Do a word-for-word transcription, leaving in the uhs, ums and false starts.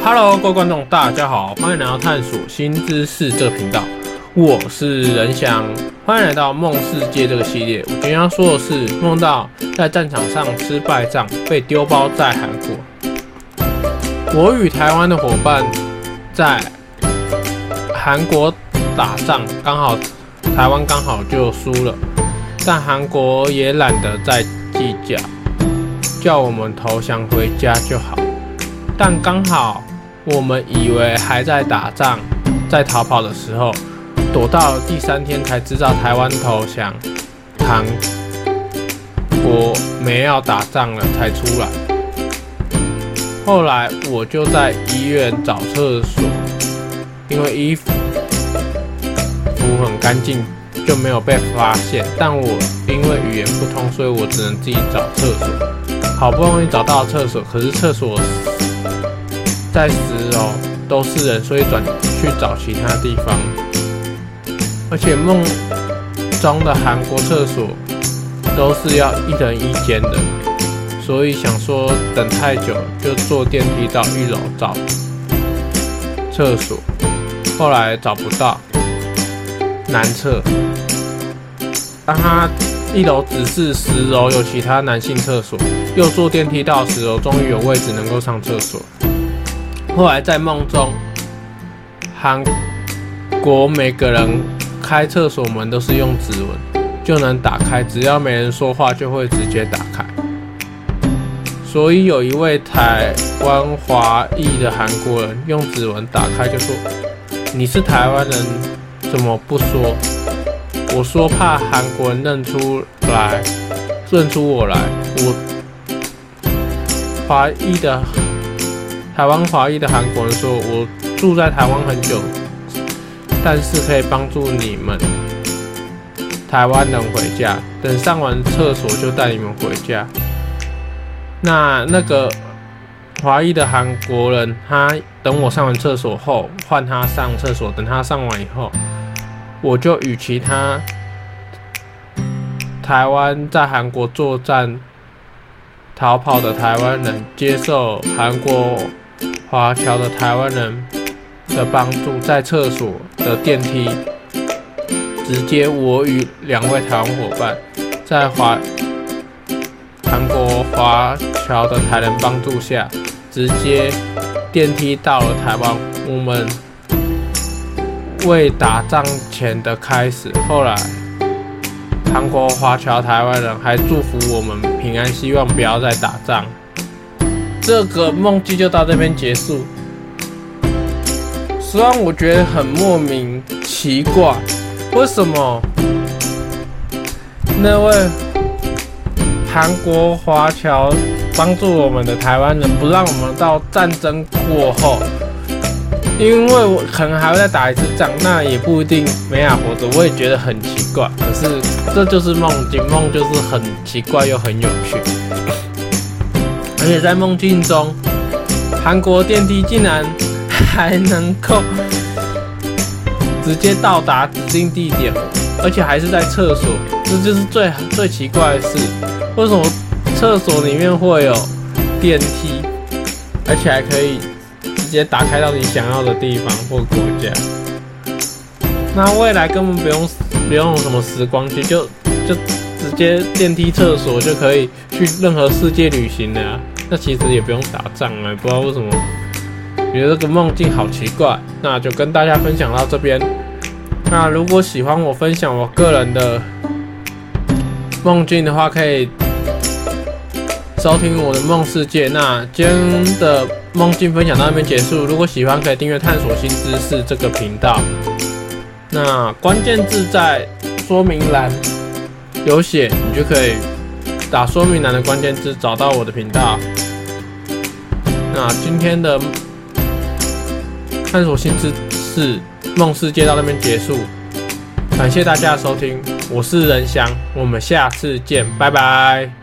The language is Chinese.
Hello， 各位观众，大家好，欢迎来到探索新知识这个频道，我是仁翔，欢迎来到梦世界这个系列。我今天要说的是，梦到在战场上吃败仗，被丢包在韩国。我与台湾的伙伴在韩国打仗，刚好台湾刚好就输了，但韩国也懒得再计较，叫我们投降回家就好。但刚好我们以为还在打仗，在逃跑的时候，躲到第三天才知道台湾投降，韩国没要打仗了才出来。后来我就在医院找厕所，因为衣服服很干净，就没有被发现。但我因为语言不通，所以我只能自己找厕所。好不容易找到厕所，可是厕所在十楼都是人，所以转去找其他地方。而且梦中的韩国厕所都是要一人一间的，所以想说等太久，就坐电梯到一楼找厕所。后来找不到，男厕。当他一楼只是十楼有其他男性厕所，又坐电梯到十楼，终于有位置能够上厕所。后来在梦中，韩国每个人开厕所门都是用指纹就能打开，只要没人说话就会直接打开。所以有一位台湾华裔的韩国人用指纹打开，就说：“你是台湾人，怎么不说？”我说怕韩国人认出来，认出我来。我华裔的。台湾华裔的韩国人说：“我住在台湾很久，但是可以帮助你们台湾人回家。等上完厕所就带你们回家。”那那个华裔的韩国人，他等我上完厕所后，换他上厕所。等他上完以后，我就与其他台湾在韩国作战逃跑的台湾人，接受韩国华侨的台湾人的帮助，在厕所的电梯，直接我与两位台湾伙伴，在华韩国华侨的台人帮助下，直接电梯到了台湾。我们为打仗前的开始。后来韩国华侨台湾人还祝福我们平安，希望不要再打仗。这个梦境就到这边结束。虽然我觉得很莫名奇怪，为什么那位韩国华侨帮助我们的台湾人不让我们到战争过后？因为我可能还会再打一次仗，那也不一定没法活着，我也觉得很奇怪。可是这就是梦境，梦就是很奇怪又很有趣。而且在梦境中，韩国电梯竟然还能够直接到达指定地点，而且还是在厕所，这就是最最奇怪的事。为什么厕所里面会有电梯，而且还可以直接打开到你想要的地方或国家？那未来根本不用不用什么时光机，就就直接电梯厕所就可以去任何世界旅行了啊。那其实也不用打仗了，不知道为什么觉得这个梦境好奇怪。那就跟大家分享到这边。那如果喜欢我分享我个人的梦境的话，可以收听我的梦世界。那今天的梦境分享到这边结束。如果喜欢，可以订阅探索新知识这个频道。那关键字在说明栏有写，你就可以打说明栏的关键字找到我的频道。那今天的探索新知识梦世界到这边结束，感谢大家的收听，我是仁翔，我们下次见，拜拜。